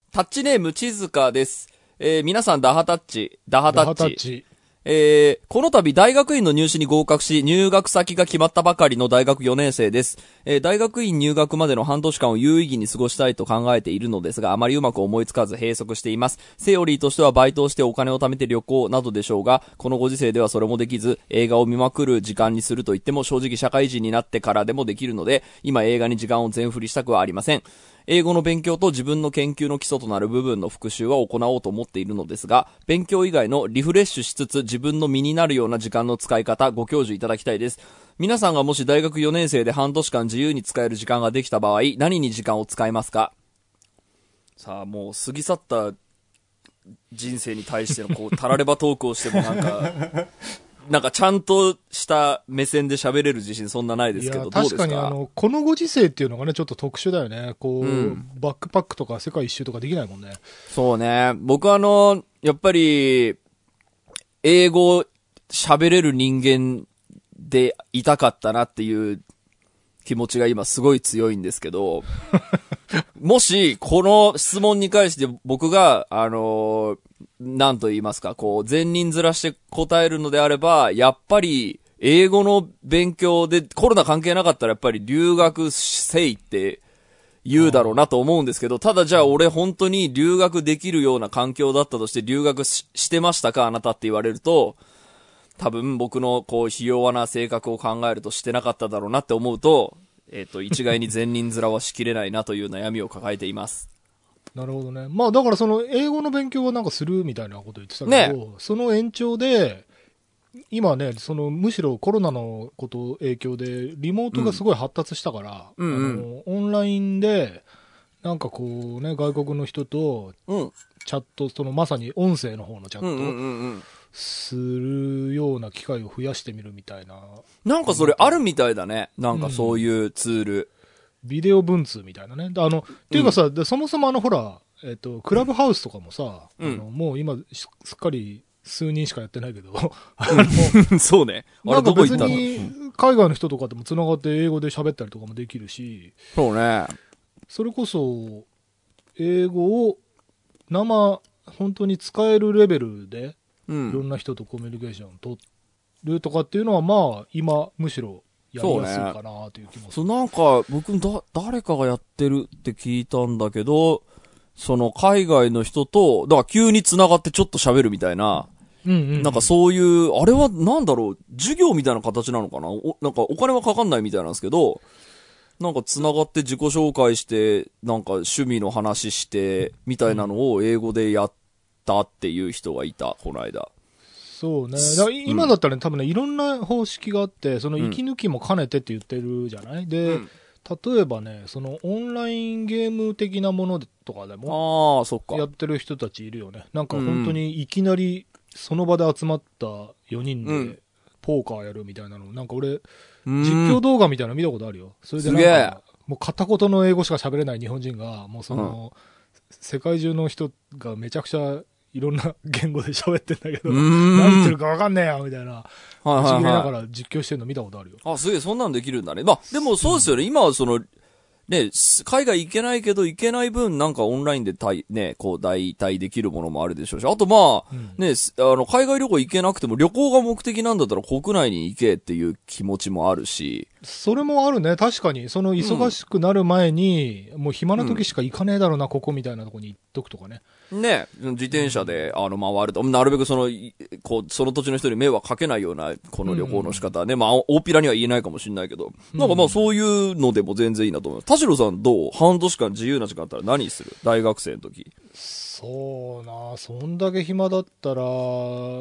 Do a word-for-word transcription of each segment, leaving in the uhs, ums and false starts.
タッチネームちずかです。えー、皆さんダハタッチ、ダハタッチ。ダハタッチ。えー、この度大学院の入試に合格し、入学先が決まったばかりの大学よねん生です。えー、大学院入学までの半年間を有意義に過ごしたいと考えているのですが、あまりうまく思いつかず閉塞しています。セオリーとしてはバイトをしてお金を貯めて旅行などでしょうが、このご時世ではそれもできず、映画を見まくる時間にすると言っても正直社会人になってからでもできるので、今映画に時間を全振りしたくはありません。英語の勉強と自分の研究の基礎となる部分の復習は行おうと思っているのですが、勉強以外のリフレッシュしつつ自分の身になるような時間の使い方、ご教授いただきたいです。皆さんがもし大学よねん生で半年間自由に使える時間ができた場合、何に時間を使いますか？さあ、もう過ぎ去った人生に対してのこうタラレバトークをしてもなんかなんかちゃんとした目線で喋れる自信そんなないですけど、どうですか？ 確かにあのこのご時世っていうのがねちょっと特殊だよね。こう、うん、バックパックとか世界一周とかできないもんね。 そうね。僕はあのやっぱり英語喋れる人間でいたかったなっていう気持ちが今すごい強いんですけど、もしこの質問に関して僕があのーなんと言いますか、こう、善人ずらして答えるのであれば、やっぱり、英語の勉強で、コロナ関係なかったらやっぱり留学せいって言うだろうなと思うんですけど、ただじゃあ俺本当に留学できるような環境だったとして留学 し, してましたかあなたって言われると、多分僕のこう、ひ弱な性格を考えるとしてなかっただろうなって思うと、えっと、一概に善人面はしきれないなという悩みを抱えています。 なるほどね。まあだからその英語の勉強はなんかするみたいなこと言ってたけど、ね、その延長で今ねそのむしろコロナのこと影響でリモートがすごい発達したから、うんうん、あのオンラインでなんかこうね外国の人とチャット、そのまさに音声の方のチャットするような機会を増やしてみるみたいな。 なんかそれあるみたいだね。なんかそういうツール。うんビデオ文通みたいなね。あの、っていうかさ、うん、でそもそもあのほら、えっと、クラブハウスとかもさ、うん、あのもう今すっかり数人しかやってないけど、あのそうね。あれどこ行ったの？ なんか別に海外の人とかとも繋がって英語で喋ったりとかもできるし、 そうね。 それこそ、英語を生、本当に使えるレベルで、いろんな人とコミュニケーションを取るとかっていうのは、まあ、今、むしろ、やりやすいかなという気もする。 そう、なんか僕だ誰かがやってるって聞いたんだけど、その海外の人とだから急に繋がってちょっと喋るみたいな、うんうんうん、なんかそういうあれはなんだろう授業みたいな形なのかな。おなんかお金はかかんないみたいなんですけど、なんか繋がって自己紹介してなんか趣味の話してみたいなのを英語でやったっていう人がいたこの間。 そうね。だ今だったら、ね、多分ね、いろんな方式があって、その息抜きも兼ねてって言ってるじゃない、うん、で、うん、例えばね、そのオンラインゲーム的なものとかでも、 ああ、そっか。 やってる人たちいるよね。なんか本当にいきなりその場で集まったよにんで、ポーカーやるみたいなの、なんか俺、実況動画みたいなの見たことあるよ。それでなんか、もう片言の英語しか喋れない日本人が、もうその、うん、世界中の人がめちゃくちゃ、いろんな言語で喋ってんだけど、何言ってるか分かんねえよみたいな、不思議ながら実況してるの見たことあるよ。 あ、すげえ、そんなんできるんだね。まあ、でもそうですよね。うん、今はその、ね、海外行けないけど行けない分なんかオンラインで対、ね、こう代替できるものもあるでしょうし、あとまあ、うん、ね、あの、海外旅行行けなくても旅行が目的なんだったら国内に行けっていう気持ちもあるし。 それもあるね、確かに。その忙しくなる前に、うん、もう暇な時しか行かねえだろうな、うん、ここみたいなとこに行っとくとかね。 ね、自転車で、あの、回ると、なるべくその、こう、その土地の人に迷惑かけないような、この旅行の仕方ね。うん、まあ、大っぴらには言えないかもしれないけど、なんかまあ、そういうのでも全然いいなと思います。田代さんどう？半年間自由な時間あったら何する？大学生の時。 そうな、そんだけ暇だったら、うん、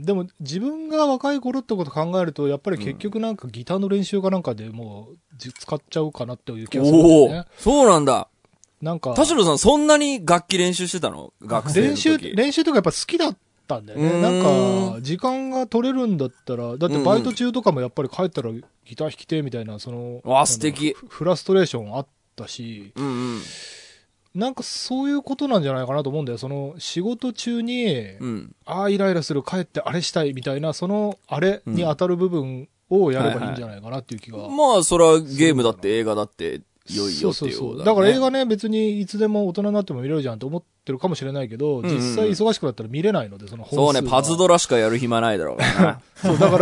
でも自分が若い頃ってこと考えると、やっぱり結局なんかギターの練習かなんかでもう使っちゃうかなっていう気がするんだよね。おー、 そうなんだ。 なんか。 田代さんそんなに楽器練習してたの？学生の時。 練習、練習とかやっぱ好きだったんだよね。なんか、時間が取れるんだったら、だってバイト中とかもやっぱり帰ったらギター弾きてみたいな、その、 わ、素敵。 フラストレーションあったし、 うんうん、 なんかそういうことなんじゃないかなと思うんだよ。その仕事中に、うん、ああイライラする、帰ってあれしたいみたいな、そのあれに当たる部分をやればいいんじゃないかなっていう気が、 うん、まあそれはゲームだって映画だっていよいよっていう、ね。 そうそうそう。だから映画ね、別にいつでも大人になっても見れるじゃんと思ってるかもしれないけど、うんうん、実際忙しくなったら見れないので、その本数そうね、パズドラしかやる暇ないだろうな。 そう、だから、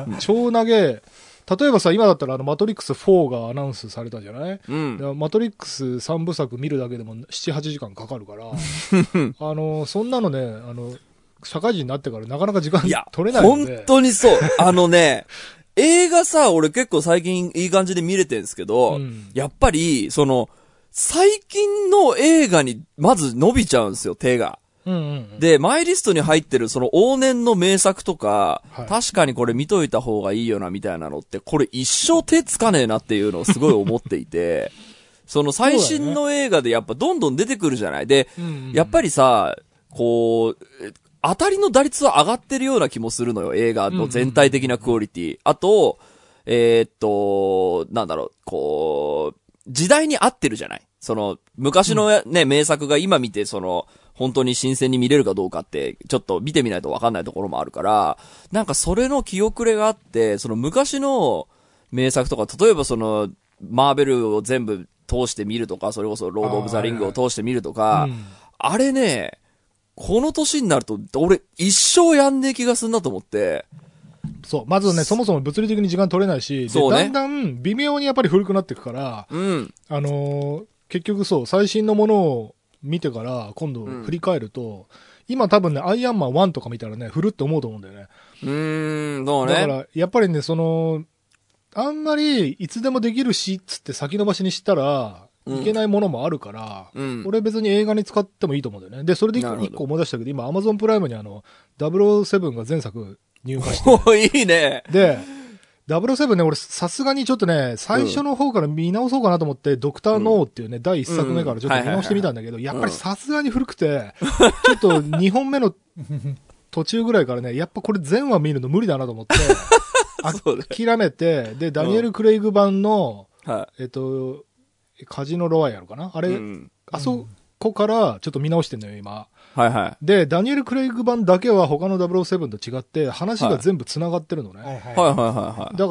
超投げ、例えばさ、今だったらあの、マトリックスフォーがアナウンスされたじゃない、うん、マトリックスさんぶさく見るだけでもなな、はちじかんかかるから、あの、そんなのね、あの、社会人になってからなかなか時間取れないので。 本当にそう。あのね、映画さ、俺結構最近いい感じで見れてるんですけど、うん、やっぱり、その、最近の映画にまず伸びちゃうんですよ、手が。うんうんうん、で、マイリストに入ってるその往年の名作とか、はい、確かにこれ見といた方がいいよなみたいなのって、これ一生手つかねえなっていうのをすごい思っていて、その最新の映画でやっぱどんどん出てくるじゃない。で、うんうん、やっぱりさ、こう、当たりの打率は上がってるような気もするのよ、映画の全体的なクオリティ。うんうんうん、あと、えー、っと、なんだろう、こう、時代に合ってるじゃない。その、昔のね、うん、名作が今見て、その、本当に新鮮に見れるかどうかって、ちょっと見てみないと分かんないところもあるから、なんかそれの気遅れがあって、その昔の名作とか、例えばその、マーベルを全部通して見るとか、それこそロード・オブ・ザ・リングを通して見るとか、あ,、うん、あれね、この年になると、俺一生やんねえ気がすんなと思って、 そう。まずね、そもそも物理的に時間取れないし、そうね、だんだん微妙にやっぱり古くなっていくから、うん、あのー、結局そう、最新のものを見てから今度振り返ると、うん、今多分ね、アイアンマンワンとか見たらね、古って思うと思うんだよね。 うーん、どうね。 だから、やっぱりね、その、あんまりいつでもできるし、つって先延ばしにしたら、いけないものもあるから、うん、俺別に映画に使ってもいいと思うんだよね。で、それで一個、一個思い出したけど、今、アマゾンプライムにあの、ダブルオーセブンが前作入荷して。 おいいね。 で、ダブルオーセブンね、俺さすがにちょっとね、最初の方から見直そうかなと思って、うん、ドクターノーっていうね、だいいっさくめからちょっと見直してみたんだけど、やっぱりさすがに古くて、ちょっとにほんめの途中ぐらいからね、やっぱこれ全話見るの無理だなと思って、諦めて、で、ダニエル・クレイグ版の、うん、えっと、カジノロワイヤルかなあれ、うん、あそこからちょっと見直してんのよ、今。 はいはい。 で、ダニエル・クレイグ版だけは他のダブルオーセブンと違って、話が全部繋がってるのね。 はいはいはいはい。 だから、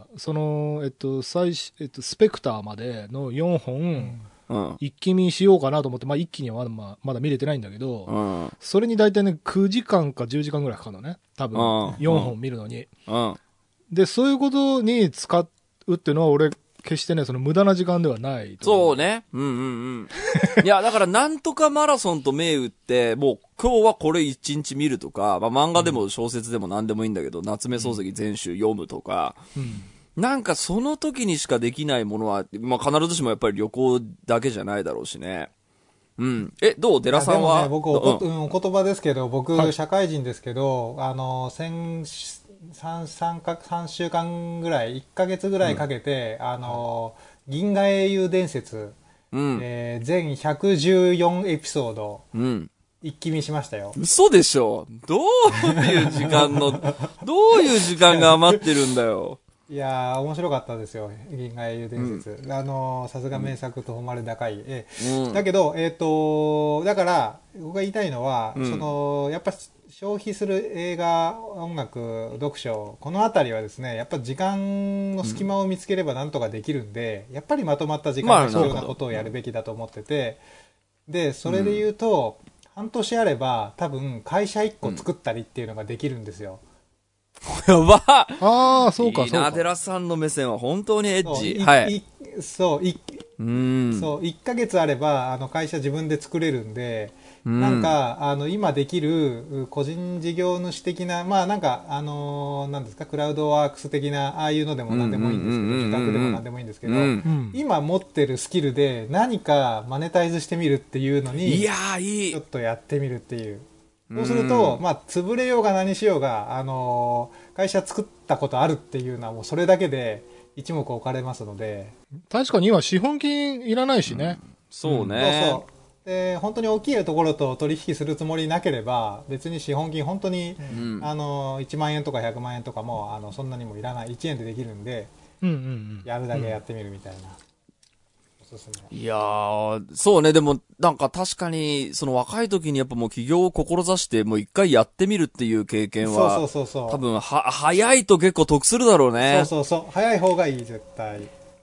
その、えっと、最、えっと、スペクターまでのよんほん、うん、一気見しようかなと思って、まあ一気にはまだ、まあ、まだ見れてないんだけど、うん、それに大体ね、くじかんかじゅうじかんぐらいかかるのね。多分、よんほん見るのに。うん、で、そういうことに使うっていうのは俺、決してね、その無駄な時間ではないと。 そうね。うんうんうん。いや、だからなんとかマラソンと銘打って、もう今日はこれ一日見るとか、まあ漫画でも小説でも何でもいいんだけど、うん、夏目漱石全集読むとか、うん、なんかその時にしかできないものは、まあ必ずしもやっぱり旅行だけじゃないだろうしね。うん。え、どう寺さんは。 ね、僕お、うん、お言葉ですけど、僕、はい、社会人ですけど、あの、先、3、3か、さんしゅうかんぐらい、いっかげつぐらいかけて、うん、あの、銀河英雄伝説、うん、えー、全ひゃくじゅうよんエピソード、うん、一気見しましたよ。 嘘でしょ。どういう時間の、どういう時間が余ってるんだよ。 いやー、面白かったですよ。銀河英雄伝説。うん、あのー、さすが名作と誉れ高い。えうん、だけど、えっ、ー、と、だから、僕が言いたいのは、うん、その、やっぱ消費する映画、音楽、読書、このあたりはですね、やっぱ時間の隙間を見つければなんとかできるんで、うん、やっぱりまとまった時間が必要なことをやるべきだと思ってて、で、それで言うと、うん、半年あれば、多分会社いっこ作ったりっていうのができるんですよ。 やばああ、そうか、 いいな、寺さんの目線は本当にエッジ。 はい。そう、い、うん。そう、いっかげつあれば、あの、会社自分で作れるんで、うん、なんか、あの、今できる個人事業主的な、まあなんか、あのー、なんですか、クラウドワークス的な、ああいうのでも何でもいいんですけど、自宅でも何でもいいんですけど、うん、今持ってるスキルで何かマネタイズしてみるっていうのに、 いやー、いい。 ちょっとやってみるっていう。そうすると、まあ、潰れようが何しようが、あのー、会社作ったことあるっていうのはもうそれだけで一目置かれますので。 確かに今資本金いらないしね。 うん、そうね。 そうそう。で、本当に大きいところと取引するつもりなければ、別に資本金本当に、うん、あのー、いちまんえんとかひゃくまんえんとかも、あの、そんなにもいらない。いちえんでできるんで、うんうんうん、やるだけやってみるみたいな。うんいやー、そうね、でも、なんか確かに、その若い時にやっぱもう起業を志して、もう一回やってみるっていう経験は、 そうそうそうそう。 多分、は、早いと結構得するだろうね。 そうそうそう。早い方がいい、絶対。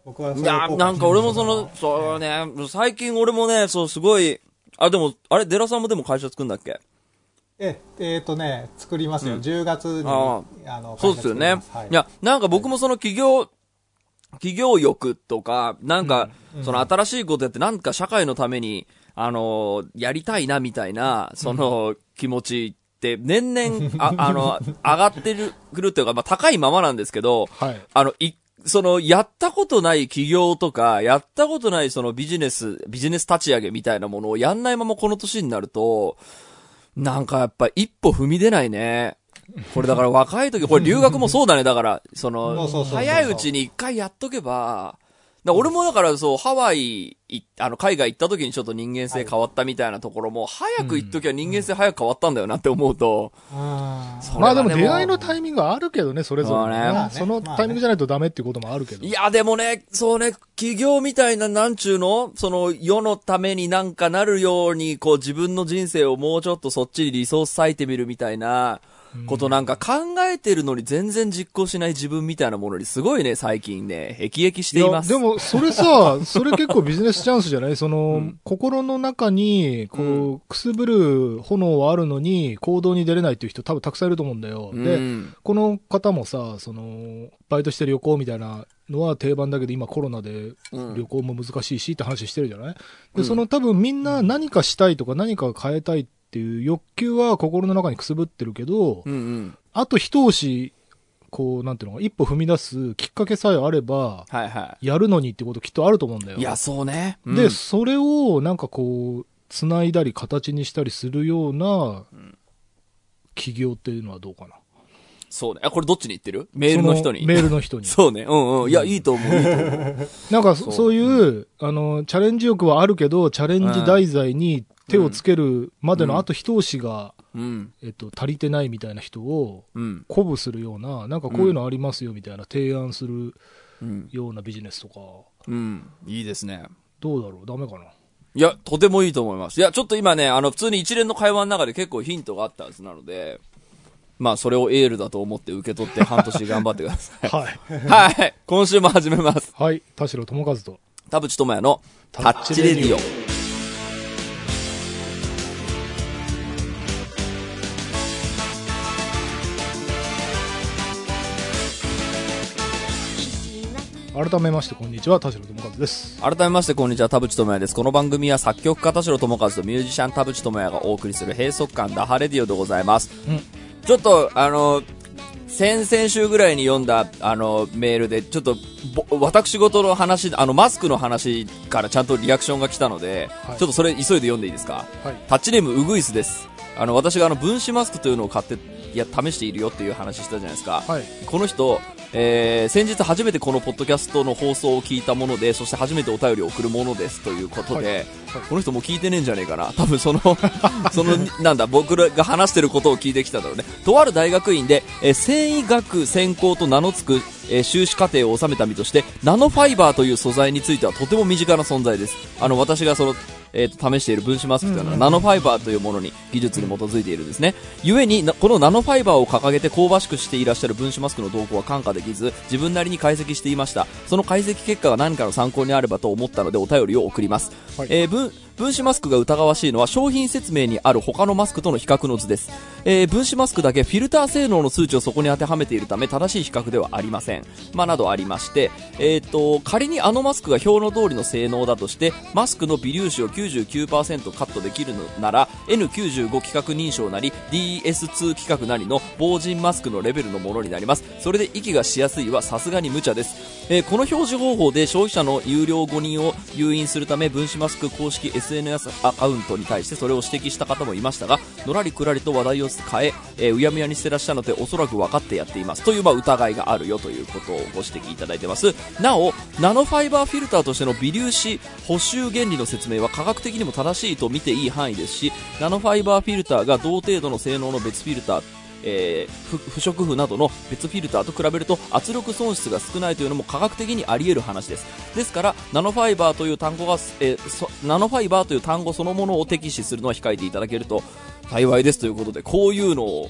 僕はそいや、なんか俺もその、そうね、最近俺もね、そう、すごい、あ、でも、あれ、デラさんもでも会社作るんだっけ？ え、えーとね、作りますよ。うん、じゅうがつに、 ああの、 そうですよね。 はい、 いや、なんか僕もその企業、企業欲とか、なんか、うん、その新しいことやって、なんか社会のために、あの、やりたいなみたいな、その気持ちって、年々、あ、あの、上がってる、くるっていうか、まあ高いままなんですけど、 はい、 あの、い、その、やったことない企業とか、やったことないそのビジネス、ビジネス立ち上げみたいなものをやんないままこの年になると、なんかやっぱ一歩踏み出ないね。これだから若い時、これ留学もそうだね。だから、その、早いうちに一回やっとけば、だ俺もだからそう、ハワイ、あの、海外行った時にちょっと人間性変わったみたいなところも、早く行っときは人間性早く変わったんだよなって思うと。 うん、まあでも出会いのタイミングはあるけどね、それぞれ、ね。まあね、そのタイミングじゃないとダメっていうこともあるけど。 いや、でもね、そうね、企業みたいな、なんちゅうのその、世のためになんかなるように、こう自分の人生をもうちょっとそっちにリソース割いてみるみたいな、ことなんか考えてるのに全然実行しない自分みたいなものにすごいね、最近ね、辟易しています。 いや、でも、それさ、それ結構ビジネスチャンスじゃないその、うん、心の中に、こう、うん、くすぶる炎はあるのに、行動に出れないっていう人多分たくさんいると思うんだよ。うん、で、この方もさ、その、バイトして旅行みたいなのは定番だけど、今コロナで旅行も難しいしって話してるじゃない、で、その多分みんな何かしたいとか何か変えたいってっていう欲求は心の中にくすぶってるけど、うんうん、あと一押し、こう、なんていうのか、一歩踏み出すきっかけさえあれば、 はいはい、 やるのにってこときっとあると思うんだよ。 いや、そうね。 うん、で、それをなんかこう、繋いだり形にしたりするような企業っていうのはどうかな。 そうね。あ、これどっちに言ってる？メールの人に。 メールの人に。 そうね。うんうん。いや、いいと思う、いいと思う。 なんかそ、そういう、うん、あの、チャレンジ欲はあるけど、チャレンジ題材に手をつけるまでのあと一押しが、うん、えっと、足りてないみたいな人を、鼓舞するような、なんかこういうのありますよみたいな提案するようなビジネスとか。 うん。うん、いいですね。 どうだろう？ダメかな？ いや、とてもいいと思います。いや、ちょっと今ね、あの、普通に一連の会話の中で結構ヒントがあったはずなので、まあ、それをエールだと思って受け取って半年頑張ってください。 はい。 はい。今週も始めます。 はい。田代智和と田淵智也のタッチレディオ。 改めましてこんにちは、田代智和です。 改めましてこんにちは、田淵智也です。この番組は作曲家田代智和とミュージシャン田淵智也がお送りする閉塞感ダハレディオでございます。うん、ちょっとあの先々週ぐらいに読んだあのメールでちょっと私事の話、あのマスクの話からちゃんとリアクションが来たので、はい、ちょっとそれ急いで読んでいいですか？はい、タッチネームウグイスです。あの私があの分子マスクというのを買っていや試しているよっていう話したじゃないですか。はい、この人、えー、先日初めてこのポッドキャストの放送を聞いたもので、そして初めてお便りを送るものですということで、はいはい、この人もう聞いてねえんじゃねえかな。多分そのそのなんだ僕らが話してることを聞いてきただろうね。とある大学院で、えー、繊維学専攻と名の付く、えー、修士課程を収めた身としてナノファイバーという素材についてはとても身近な存在です。あの私がそのえー、と試している分子マスクというのはナノファイバーというものに技術に基づいているんですね。ゆえにこのナノファイバーを掲げて香ばしくしていらっしゃる分子マスクの動向は看過できず、自分なりに解析していました。その解析結果が何かの参考にあればと思ったのでお便りを送ります。はい、えー、分分子マスクが疑わしいのは商品説明にある他のマスクとの比較の図です。えー、分子マスクだけフィルター性能の数値をそこに当てはめているため正しい比較ではありません。まあ、などありまして、えー、と仮にあのマスクが表の通りの性能だとしてマスクの微粒子を きゅうじゅうきゅうパーセント カットできるのなら エヌきゅうじゅうご 規格認証なり ディーエスツー 規格なりの防塵マスクのレベルのものになります。それで息がしやすいはさすがに無茶です。えー、この表示方法で消費者の有料ごにんを誘引するため分子マスク公式 エスエヌエス アカウントに対してそれを指摘した方もいましたが、のらりくらりと話題を変ええー、うやむやにしてらっしゃるのでおそらく分かってやっていますという、まあ、疑いがあるよということをご指摘いただいてます。なおナノファイバーフィルターとしての微粒子補修原理の説明は科学的にも正しいと見ていい範囲ですし、ナノファイバーフィルターが同程度の性能の別フィルターえー、不織布などの別フィルターと比べると圧力損失が少ないというのも科学的にあり得る話です。ですからナノファイバーという単語が、えー、ナノファイバーという単語そのものを敵視するのは控えていただけると幸いですということで、こういうのを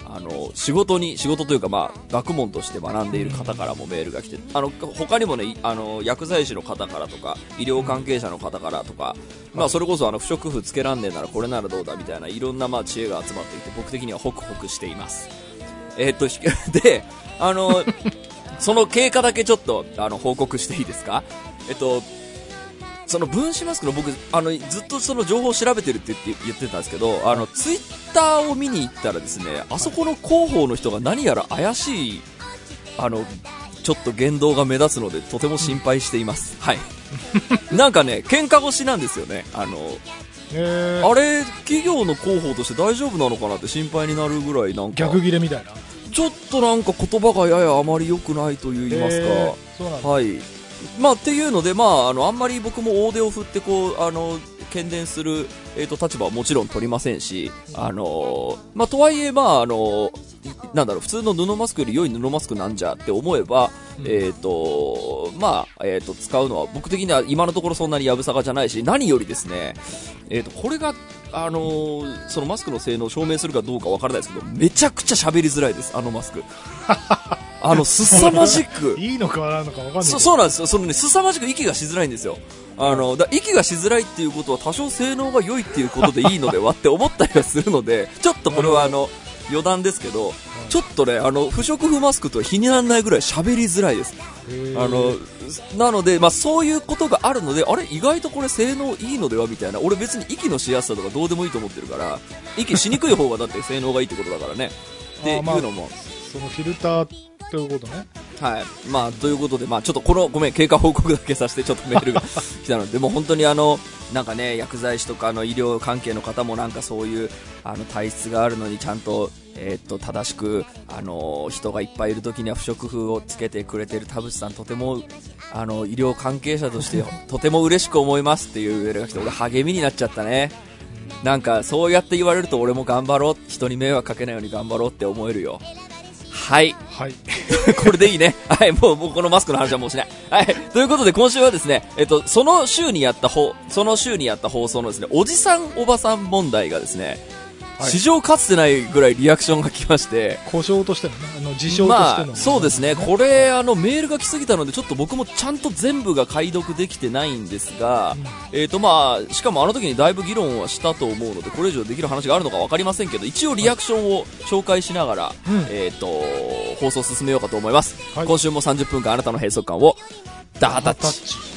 あの仕事に仕事というか、まあ、学問として学んでいる方からもメールが来て、あの他にもね、あの薬剤師の方からとか医療関係者の方からとか、まあ、それこそあの不織布つけらんねえならこれならどうだみたいないろんなまあ知恵が集まっていて、僕的にはホクホクしています。えー、っとであのその経過だけちょっとあの報告していいですか。えっとその分子マスクの僕あのずっとその情報を調べてるって言って、言ってたんですけど、あのツイッターを見に行ったらですね、あそこの広報の人が何やら怪しいあのちょっと言動が目立つのでとても心配しています。はいなんかね喧嘩腰なんですよね。あのえー、 あれ企業の広報として大丈夫なのかなって心配になるぐらい、なんか逆切れみたいな、 ちょっとなんか言葉がややあまり良くないと言いますか、 えー、そうなんだ。 はい、まあ、っていうので、まあ、あのあんまり僕も大手を振ってこうあの喧伝する、えー、と立場はもちろん取りませんし、あのまあ、とはいえ、まああのなんだろう、普通の布マスクより良い布マスクなんじゃって思えば、うん、えーとまあえー、と使うのは僕的には今のところそんなにやぶさかじゃないし、何よりですね、えー、とこれが、あのー、そのマスクの性能を証明するかどうかわからないですけど、めちゃくちゃ喋りづらいです、あのマスクあの凄まじくいいのか悪いのか分かんない。 そそうなんですよ。そのね、凄まじく息がしづらいんですよ。あのだ息がしづらいっていうことは多少性能が良いっていうことでいいのではって思ったりはするので、ちょっとこれはあの余談ですけど、ちょっとね、あの不織布マスクと比にならないぐらい喋りづらいです。あのなので、まあ、そういうことがあるので、あれ意外とこれ性能いいのではみたいな、俺別に息のしやすさとかどうでもいいと思ってるから、息しにくい方がだって性能がいいってことだからねっていうのも、 そのフィルターということね。 はい、まあということで、まあちょっとこのごめん経過報告だけさせてちょっとメールが来たので、もう本当にあのなんかね、薬剤師とかの医療関係の方もなんかそういうあの体質があるのにちゃんとえー、っと正しくあの人がいっぱいいる時には不織布をつけてくれてる田淵さん、とてもあの医療関係者としてとても嬉しく思いますっていうメールが来て、俺励みになっちゃったね。なんかそうやって言われると俺も頑張ろう、人に迷惑かけないように頑張ろうって思えるよ。はい、 はい、 これでいいね。はい、もう、もうこのマスクの話はもうしない。はい、ということで今週はですね、えっとその週にやったほその週にやった放送のですね、おじさんおばさん問題がですね、はい、史上かつてないぐらいリアクションが来まして、 故障としてのね、あの事象としての、 まあ、そうですね、これあのメールが来すぎたのでちょっと僕もちゃんと全部が解読できてないんですが、うん、えーとまあ、しかもあの時にだいぶ議論はしたと思うので、これ以上できる話があるのか分かりませんけど、一応リアクションを紹介しながら、はい、えーと放送を進めようかと思います、はい、今週もさんじゅっぷんかんあなたの閉塞感をダハタッチ。田代智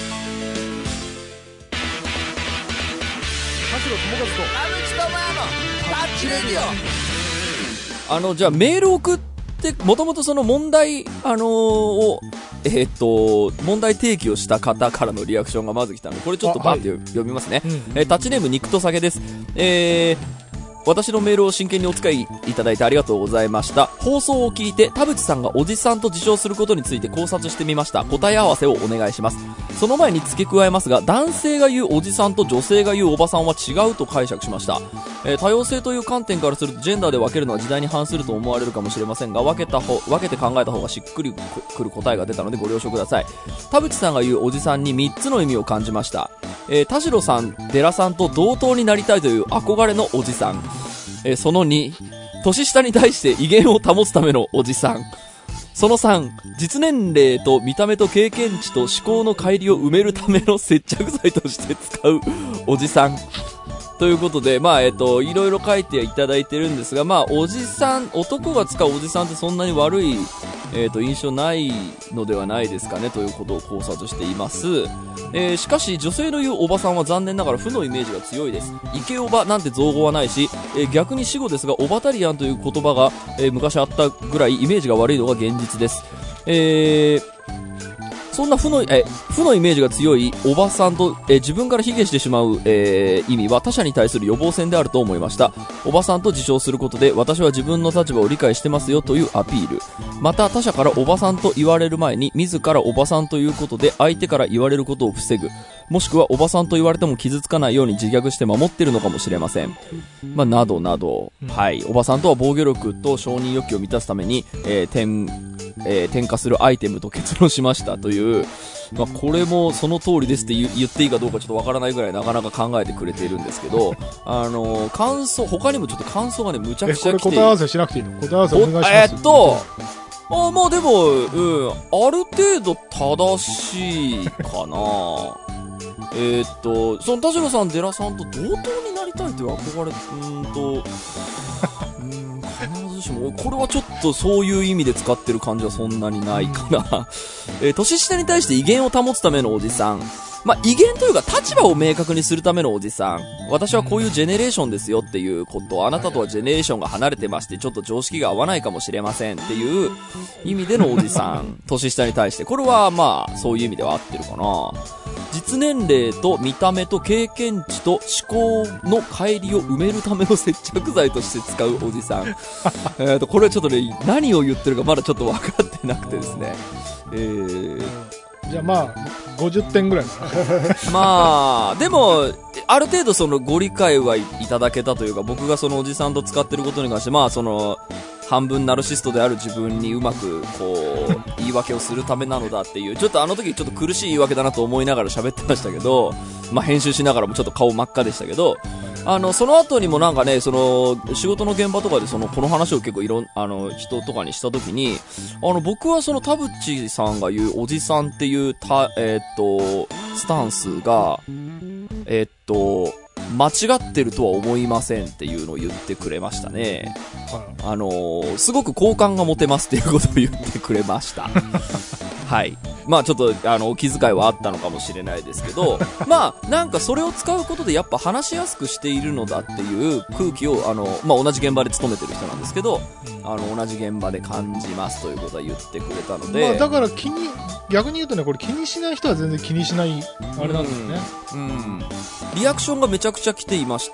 和と田淵智也のタッチレディオ。あのじゃあメールを送って、もともとその問題、あのー、をえー、っと問題提起をした方からのリアクションがまず来たので、これちょっとバッて、はい、読みますね、うんうん、えー、タッチネーム肉と酒です。えー私のメールを真剣にお使いいただいてありがとうございました。放送を聞いて田淵さんがおじさんと自称することについて考察してみました。答え合わせをお願いします。その前に付け加えますが、男性が言うおじさんと女性が言うおばさんは違うと解釈しました。えー、多様性という観点からするとジェンダーで分けるのは時代に反すると思われるかもしれませんが、分けた方分けて考えた方がしっくりくる答えが出たのでご了承ください。田淵さんが言うおじさんにみっつの意味を感じました。えー、田代さん、寺さんと同等になりたいという憧れのおじさん。えー、そのに、年下に対して威厳を保つためのおじさん。そのさん、実年齢と見た目と経験値と思考の乖離を埋めるための接着剤として使うおじさん。ということで、まあ、えっと、いろいろ書いていただいてるんですが、まあ、おじさん、男が使うおじさんってそんなに悪い、えっと、印象ないのではないですかね、ということを考察しています。えー、しかし、女性の言うおばさんは残念ながら負のイメージが強いです。イケおばなんて造語はないし、えー、逆に死語ですが、オバタリアンという言葉が、えー、昔あったぐらいイメージが悪いのが現実です。えー、そんな負の、え、負のイメージが強いおばさんと、え、自分から卑下してしまう、えー、意味は他者に対する予防線であると思いました。おばさんと自称することで私は自分の立場を理解してますよというアピール。また他者からおばさんと言われる前に自らおばさんということで相手から言われることを防ぐ。もしくはおばさんと言われても傷つかないように自虐して守っているのかもしれません。まあ、などなど、はい。おばさんとは防御力と承認欲求を満たすために、えー、点、えー、添加するアイテムと結論しましたという、 まあ、これもその通りですって言っていいかどうかちょっとわからないぐらいなかなか考えてくれているんですけど、あのー、感想、他にもちょっと感想がね、むちゃくちゃ来て。 え、これ答え合わせしなくていいの？答え合わせお願いします。 えー、っと、あまあでも、うん、ある程度正しいかな。えーっと、その田代さん、寺さんと同等になりたいという憧れ、うーんと、うーん、必ずしも、これはちょっとそういう意味で使ってる感じはそんなにないかな。えー、年下に対して威厳を保つためのおじさん。まあ、威厳というか立場を明確にするためのおじさん。私はこういうジェネレーションですよっていうこと、あなたとはジェネレーションが離れてまして、ちょっと常識が合わないかもしれませんっていう意味でのおじさん。年下に対して。これはまあ、そういう意味では合ってるかな。実年齢と見た目と経験値と思考の乖離を埋めるための接着剤として使うおじさん。えっと、これはちょっとね、何を言ってるかまだちょっと分かってなくてですね。えー、 じゃあまあ、ごじゅってんぐらいかな。 まあ、でも、ある程度そのご理解はいただけたというか、僕がそのおじさんと使ってることに関して、まあその、半分ナルシストである自分にうまくこう言い訳をするためなのだっていう、ちょっとあの時ちょっと苦しい言い訳だなと思いながら喋ってましたけど、まあ編集しながらもちょっと顔真っ赤でしたけど、あのその後にもなんかね、その仕事の現場とかでそのこの話を結構いろんあの人とかにした時に、あの僕はその田淵さんが言うおじさんっていうたえー、っとスタンスがえー、っと間違ってるとは思いませんっていうのを言ってくれましたね。はい、あのー、すごく好感が持てますっていうことを言ってくれました。はい。まあちょっと、あの、お気遣いはあったのかもしれないですけど、まあなんかそれを使うことでやっぱ話しやすくしているのだっていう空気を、あの、まあ同じ現場で勤めてる人なんですけど、あの、同じ現場で感じますということは言ってくれたので。 まあだから気に、逆に言うとね、これ気にしない人は全然気にしない、あれなんですよね。 うん。うん。リアクションがめちゃくちゃ来ていまして、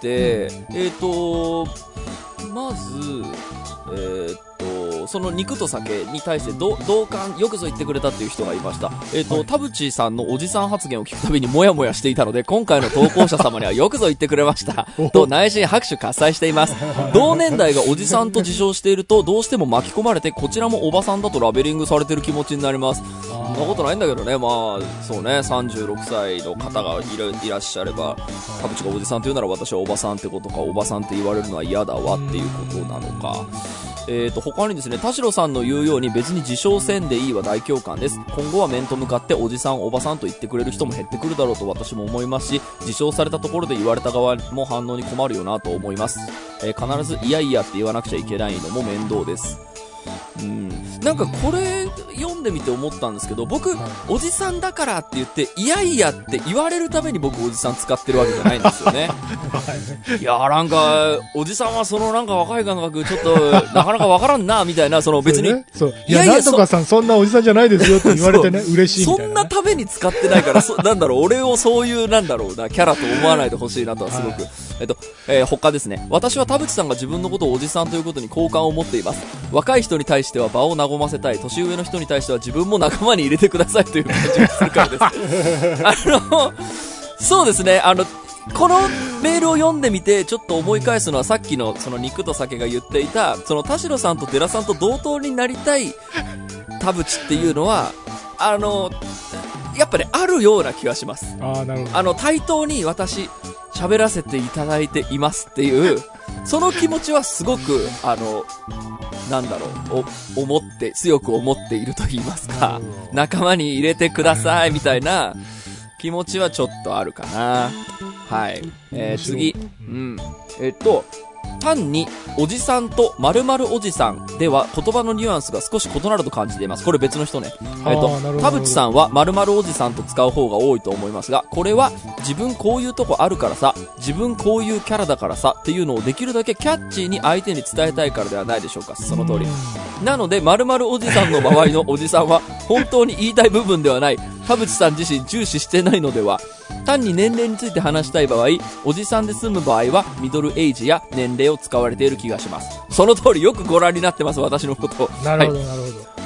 うん、えっと、まず、えー、っと、その肉と酒に対して同感、よくぞ言ってくれたっていう人がいました。えー、っと、はい、田淵さんのおじさん発言を聞くたびにもやもやしていたので、今回の投稿者様にはよくぞ言ってくれました。と内心拍手喝采しています。同年代がおじさんと自称していると、どうしても巻き込まれて、こちらもおばさんだとラベリングされてる気持ちになります。そんなことないんだけどね、まあ、そうね、さんじゅうろくさいの方がいら、いらっしゃれば、田淵がおじさんと言うなら私はおばさんってことか、おばさんって言われるのは嫌だわっていうことなのか。えーと、他にですね、田代さんの言うように別に自称せんでいいは大共感です。今後は面と向かっておじさん、おばさんと言ってくれる人も減ってくるだろうと私も思いますし、自称されたところで言われた側も反応に困るよなと思います。えー、必ずいやいやって言わなくちゃいけないのも面倒です。うん、なんかこれ読んでみて思ったんですけど、僕、おじさんだからって言っていやいやって言われるために僕おじさん使ってるわけじゃないんですよね。いやーなんかおじさんはそのなんか若い感覚ちょっとなかなかわからんなみたいな、その別に、 そうね、そういやいやなんとかさんそんなおじさんじゃないですよって言われてね嬉しいみたいな、ね、 そんなために使ってないからそなんだろう、俺をそういうなんだろうなキャラと思わないでほしいなとはすごく、はい、えっと、えー、他ですね。私は田淵さんが自分のことをおじさんということに好感を持っています。若い人に対しては場を和ませたい、年上の人に対しては自分も仲間に入れてくださいという感じがするからです。あの、そうですね、あの、このメールを読んでみてちょっと思い返すのは、さっきのその肉と酒が言っていた、その田代さんと寺さんと同等になりたい田淵っていうのは、あの、やっぱね、あるような気がします。 ああ、なるほど。 あの、対等に私、喋らせていただいていますっていう、その気持ちはすごく、あの、なんだろう、お、思って、強く思っていると言いますか、仲間に入れてくださいみたいな気持ちはちょっとあるかな。はい。えー、次。うん。えっと、単におじさんと〇〇おじさんでは言葉のニュアンスが少し異なると感じています。これ別の人ね。えっと、田淵さんは〇〇おじさんと使う方が多いと思いますが、これは自分こういうとこあるからさ、自分こういうキャラだからさっていうのをできるだけキャッチーに相手に伝えたいからではないでしょうか。その通り。なので〇〇おじさんの場合のおじさんは本当に言いたい部分ではない。田淵さん自身重視してないのでは。単に年齢について話したい場合、おじさんで済む場合はミドルエイジや年齢を使われている気がします。その通り、よくご覧になってます、私のことを。 なるほど、はい、なるほど。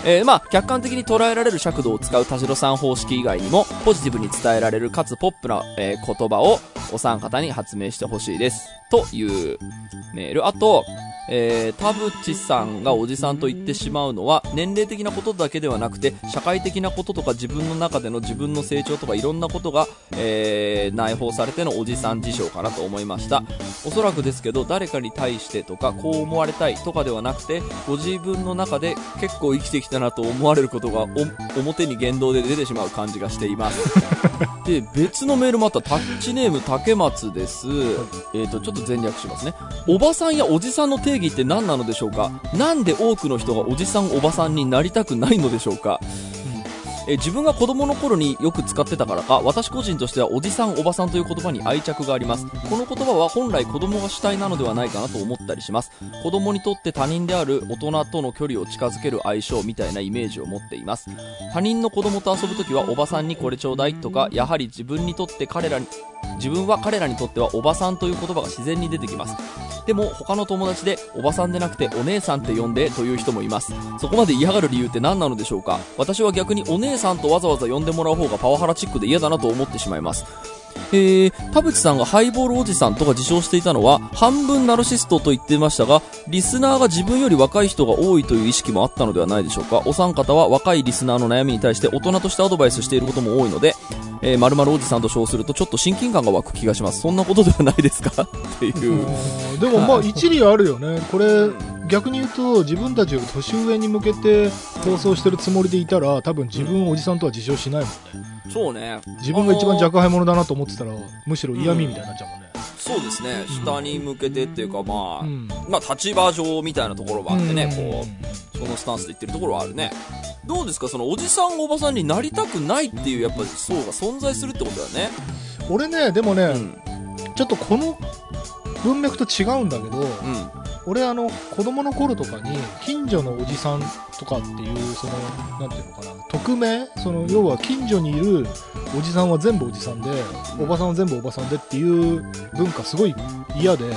えー、まあ、客観的に捉えられる尺度を使う田代さん方式以外にも、ポジティブに伝えられるかつポップな、えー、言葉をお三方に発明してほしいです。というメール。あと、えー、田淵さんがおじさんと言ってしまうのは、年齢的なことだけではなくて、社会的なこととか自分の中での自分の成長とかいろんなことが、えー、内包されてのおじさん事象かなと思いました。おそらくですけど、誰かに対してとか、こう思われたいとかではなくて、ご自分の中で結構生きてきたなと思われることがお表に言動で出てしまう感じがしています。で、別のメールもあった。タッチネーム竹松です。えーと、ちょっと全略しますね。おばさんやおじさんの定義って何なのでしょうか。なんで多くの人がおじさんおばさんになりたくないのでしょうか。え自分が子供の頃によく使ってたからか、私個人としてはおじさんおばさんという言葉に愛着があります。この言葉は本来子供が主体なのではないかなと思ったりします。子供にとって他人である大人との距離を近づける相性みたいなイメージを持っています。他人の子供と遊ぶときはおばさんにこれちょうだいとか、やはり自分にとって彼らに自分は彼らにとってはおばさんという言葉が自然に出てきます。でも他の友達でおばさんでなくてお姉さんって呼んでという人もいます。そこまで嫌がる理由って何なのでしょうか。私は逆にお姉さんとわざわざ呼んでもらう方がパワハラチックで嫌だなと思ってしまいます。えー、田淵さんがハイボールおじさんとか自称していたのは半分ナルシストと言っていましたが、リスナーが自分より若い人が多いという意識もあったのではないでしょうか。お三方は若いリスナーの悩みに対して大人としてアドバイスしていることも多いので、えー、〇〇おじさんと称するとちょっと親近感が湧く気がします。そんなことではないですかっていう。 でもまあ一理あるよね。これ逆に言うと自分たちより年上に向けて放送してるつもりでいたら多分自分をおじさんとは自称しないもんね。 そうね。 自分が一番若輩者だなと思ってたらむしろ嫌味みたいになっちゃうもんね。 そうですね。下に向けてっていうか、まあ、うん、まあ立場上みたいなところがあってね、うん、こうそのスタンスで言ってるところはあるね。どうですか、そのおじさんおばさんになりたくないっていうやっぱり層が存在するってことだよね。 俺ね、でもね、うん、ちょっとこの文脈と違うんだけど、うん、俺あの子供の頃とかに近所のおじさんとかっていうそのなんていうのかな、匿名、その要は近所にいるおじさんは全部おじさんで、おばさんは全部おばさんでっていう文化すごい嫌で、うん、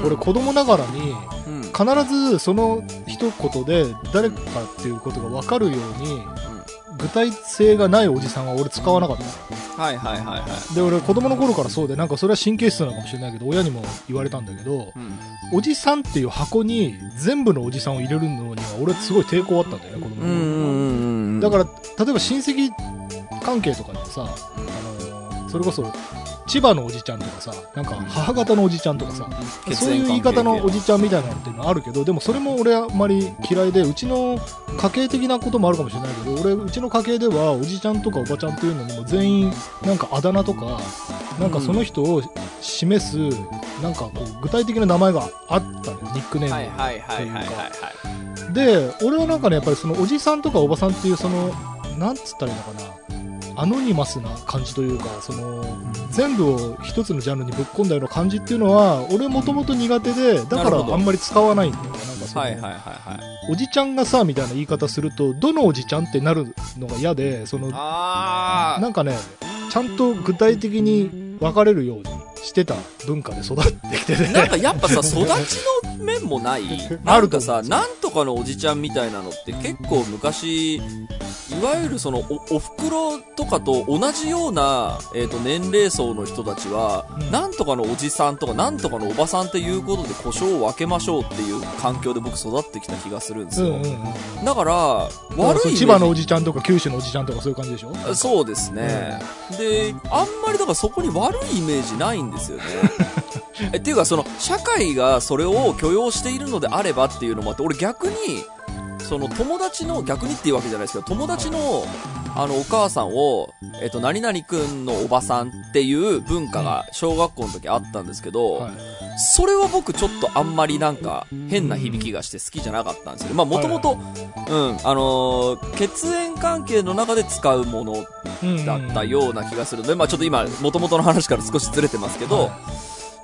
俺子供ながらに必ずその一言で誰かっていうことが分かるように具体性がないおじさんは俺使わなかった。 はいはいはいはい。 で俺子供の頃からそうで、なんかそれは神経質なのかもしれないけど親にも言われたんだけど、うん、おじさんっていう箱に全部のおじさんを入れるのには俺すごい抵抗あったんだよね、子供の頃。うんうんうん、だから例えば親戚関係とかでさ、あのー、それこそ千葉のおじちゃんとかさ、なんか母方のおじちゃんとかさ、うん、そういう言い方のおじちゃんみたいなのっていうのはあるけど、でもそれも俺はあんまり嫌いで、うちの家系的なこともあるかもしれないけど、俺うちの家系ではおじちゃんとかおばちゃんっていうのにも全員なんかあだ名とかなんかその人を示すなんかこう具体的な名前があったのよ、ニックネームというか。で俺はなんかね、やっぱりそのおじさんとかおばさんっていうそのなんつったらいいのかな、アノニマスな感じというか、その全部を一つのジャンルにぶっ込んだような感じっていうのは俺もともと苦手で、だからあんまり使わないんだよね。なんかその、はいはいはいはい、おじちゃんがさみたいな言い方するとどのおじちゃんってなるのが嫌で、そのあなんかね、ちゃんと具体的に分かれるようにしてた文化で育ってきてね。 なんかやっぱさ育ちの面もないなんかさ、なんとかのおじちゃんみたいなのって結構昔いわゆるその お, おふくろとかと同じような、えー、と年齢層の人たちは、うん、なんとかのおじさんとかなんとかのおばさんっていうことで故障を分けましょうっていう環境で僕育ってきた気がするんですよ、うんうんうん、だから悪い千葉のおじちゃんとか九州のおじちゃんとかそういう感じでしょ。 そうですね、うん、であんまりだからそこに悪いイメージないんですよねえっていうかその社会がそれを許容しているのであればっていうのもあって、俺逆にその友達の逆にっていうわけじゃないですけど、友達のあのお母さんをえっと何々くんのおばさんっていう文化が小学校の時あったんですけど、はい、それは僕ちょっとあんまりなんか変な響きがして好きじゃなかったんですよね。まあもともとうんあのー、血縁関係の中で使うものだったような気がするので、まあちょっと今もともとの話から少しずれてますけど、はい、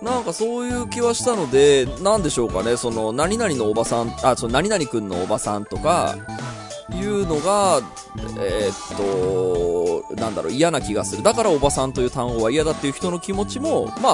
なんかそういう気はしたので、なんでしょうかね、その何々のおばさん、あ、その何々くんのおばさんとかいうのがえー、っとなんだろう嫌な気がする。だからおばさんという単語は嫌だっていう人の気持ちもまあ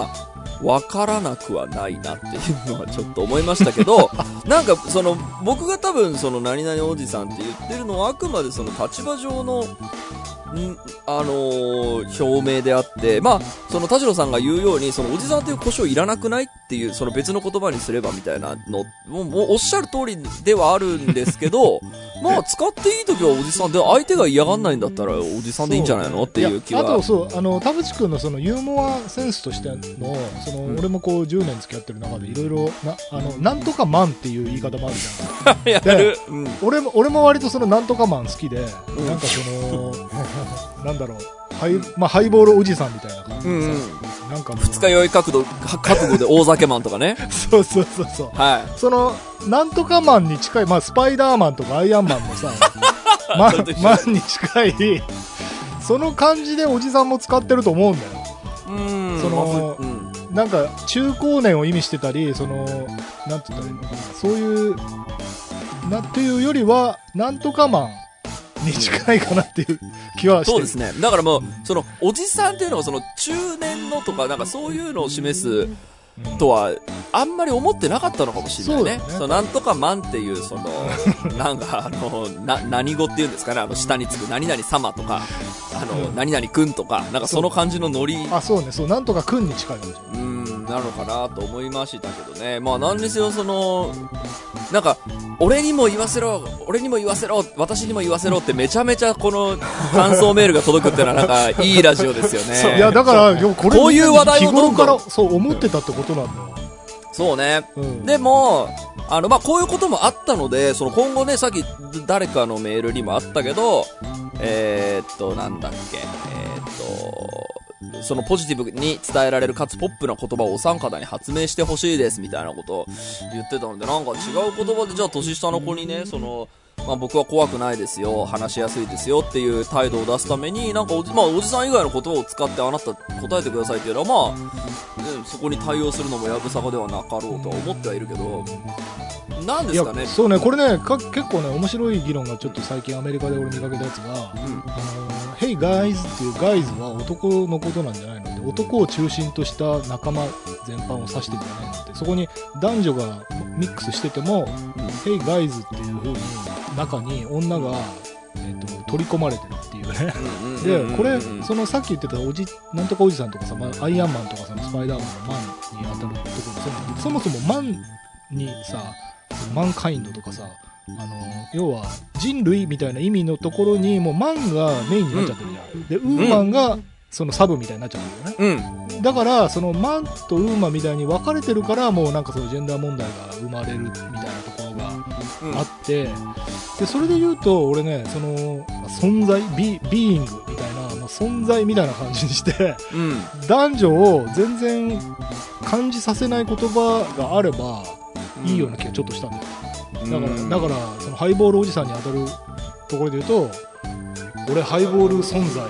わからなくはないなっていうのはちょっと思いましたけど、なんかその僕が多分その何々おじさんって言ってるのはあくまでその立場上のんあのー、表明であって、まあその田代さんが言うようにそのおじさんという故障いらなくないっていうその別の言葉にすればみたいなのもう、もうおっしゃる通りではあるんですけどまあ使っていい時はおじさんで相手が嫌がんないんだったらおじさんでいいんじゃないのっていう気は。 あとそうあの田淵君のそのユーモアセンスとしてのその、うん、俺もこうじゅうねん付き合ってる中でいろいろなあのなんとかマンっていう言い方もあるじゃん。やる、うん、俺も俺も割とそのなんとかマン好きで、うん、なんかそのなんだろうハイ、まあ、ハイボールおじさんみたいな感じでさ、うんうん、なんか二日酔い覚悟覚悟で大酒マンとかね。 そうそうそうそう。はい。そのなんとかマンに近いまあスパイダーマンとかアイアンマンもさマンマンに近いその感じでおじさんも使ってると思うんだよ。うん。その、うん、なんか中高年を意味してたりそのなんて言ったらいいのかなそういうなっていうよりはなんとかマンに近いかなっていう気はしてる。 そうですね。だからもうそのおじさんっていうのはその中年のとかなんかそういうのを示すとはあんまり思ってなかったのかもしれないね。そう、ね、そうなんとかマンっていうそのなんかあのな何語っていうんですかねあの下につく何々様とかあの、うん、何々くんとかなんかその感じのノリ。 あそうねそうなんとかくんに近いかもしれない。 うんなのかなと思いましたけどね。まあ何にせよそのなんか俺にも言わせろ俺にも言わせろ私にも言わせろってめちゃめちゃこの感想メールが届くってのはなんかいいラジオですよね。 いやだからこれこういう話題をどんどん日頃からそう思ってたってことなんだよ。 そうね、うん、でもあのまあこういうこともあったのでその今後ねさっき誰かのメールにもあったけどえー、っとなんだっけえー、っとそのポジティブに伝えられるかつポップな言葉をお三方に発明してほしいですみたいなことを言ってたのでなんか違う言葉でじゃあ年下の子にねそのまあ僕は怖くないですよ話しやすいですよっていう態度を出すためになんかおじ、まあ、おじさん以外の言葉を使ってあなた答えてくださいっていうのはまあ、ね、そこに対応するのもやぶさかではなかろうとは思ってはいるけどなんですかね。 そうねこれねか結構ね面白い議論がちょっと最近アメリカで俺見かけたやつが、うん、あの Hey guys っていう guys は男のことなんじゃないのって男を中心とした仲間全般を指してるんじゃないのってそこに男女がミックスしてても、うん、Hey guys っていう風に中に女が、えー、と取り込まれてるっていうねでこれそのさっき言ってたおじなんとかおじさんとかさ、まあ、アイアンマンとかさスパイダーマンのマンに当たるところそもそもマンにさマンカインドとかさあの要は人類みたいな意味のところにもうマンがメインになっちゃってるじゃん、うん、でウーマンがそのサブみたいになっちゃってるよね、うん、だからそのマンとウーマンみたいに分かれてるからもうなんかそのジェンダー問題が生まれるみたいなところがあって、うん、でそれで言うと俺ねその存在ビビーイングみたいな、まあ、存在みたいな感じにして、うん、男女を全然感じさせない言葉があればいいような気がちょっとしたんだよ。だから、だからそのハイボールおじさんに当たるところで言うと俺ハイボール存在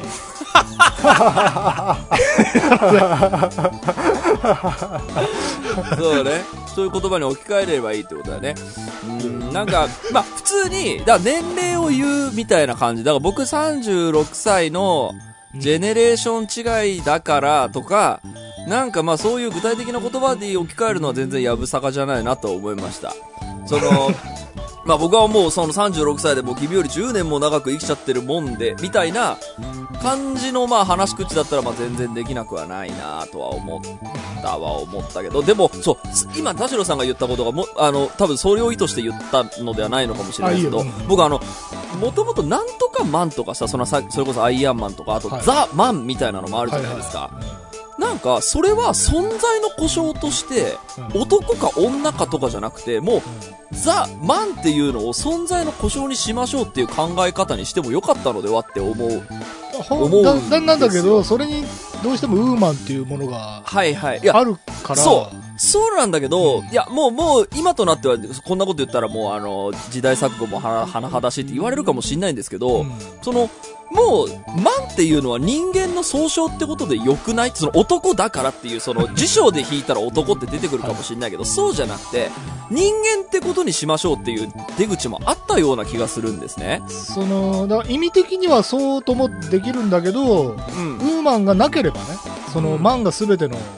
そうねそういう言葉に置き換えればいいってことだね。うんなんかまあ普通にだから年齢を言うみたいな感じだから僕さんじゅうろくさいのジェネレーション違いだからとかなんかまあそういう具体的な言葉で置き換えるのは全然やぶさかじゃないなと思いました。そのまあ僕はもうそのさんじゅうろくさいでもう君よりじゅうねんも長く生きちゃってるもんでみたいな感じのまあ話し口だったらまあ全然できなくはないなとは思ったは思ったけどでもそう今田代さんが言ったことがもあの多分それを意図して言ったのではないのかもしれないですけど僕あのもともとなんとかマンとかさそのさそれこそアイアンマンとかあと、はい、ザ・マンみたいなのもあるじゃないですか、はいはいはいなんかそれは存在の故障として男か女かとかじゃなくてもうザ・マンっていうのを存在の故障にしましょうっていう考え方にしてもよかったのではって思う思うんですよ。 なんだけどそれにどうしてもウーマンっていうものがはいはいあるからそうそうなんだけど、うん、いやもうもう今となってはこんなこと言ったらもうあの時代錯誤も甚だしいって言われるかもしれないんですけど、うん、そのもうマンっていうのは人間の総称ってことでよくないその男だからっていうその辞書で引いたら男って出てくるかもしれないけど、はい、そうじゃなくて人間ってことにしましょうっていう出口もあったような気がするんですね。 そのだから意味的にはそうともできるんだけど、うん、ウーマンがなければねその、うん、マンが全ての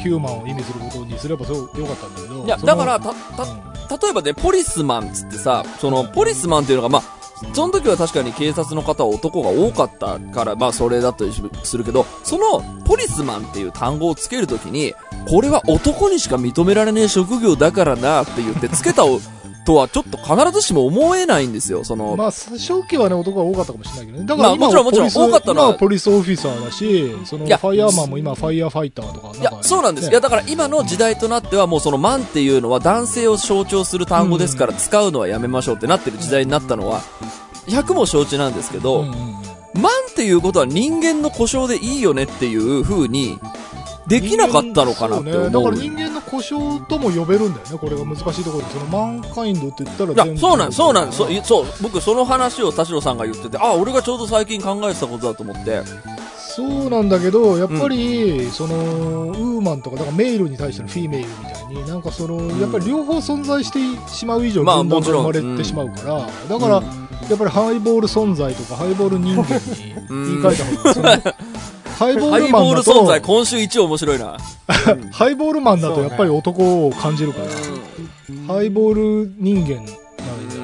ヒューマンを意味することにすればそうよかったんだけど。 いや、だから、た、た、うん、例えばね、ポリスマンつってさ、その、ポリスマンっていうのが、まあ、その時は確かに警察の方は男が多かったから、まあそれだったりするけど、そのポリスマンっていう単語をつけるときに、これは男にしか認められねえ職業だからなって言ってつけたとはちょっと必ずしも思えないんですよ。そのまあ初期はね男が多かったかもしれないけどね。だから今、 まあ、もちろんもちろん多かったのは今はポリスオフィサーだし、そのファイヤーマンも今ファイヤーファイターとかなんか、 いやそうなんです、ね、いやだから今の時代となってはもうそのマンっていうのは男性を象徴する単語ですから使うのはやめましょうってなってる時代になったのはひゃくも承知なんですけど、うんうんうん、マンっていうことは人間の故障でいいよねっていう風にできなかったのかなって思う。 ね、だから人間の故障とも呼べるんだよね。これが難しいところで、そのマンカインドって言ったら全部。 いや、そうなんそうなんそう、そう、僕その話を田代さんが言ってて、あ、俺がちょうど最近考えてたことだと思って。 そうなんだけど、やっぱり、うん、その、ウーマンとか、だからメイルに対してのフィーメイルみたいに、なんかその、うん、やっぱり両方存在してしまう以上、分断が生まれてしまうから、まあうん、だから、うん、やっぱりハイボール存在とか、ハイボール人間に言い換えた方がいい。ハイボールマンだと存在今週一面白いなハイボールマンだとやっぱり男を感じるから、ね、ハイボール人間なんで、うん、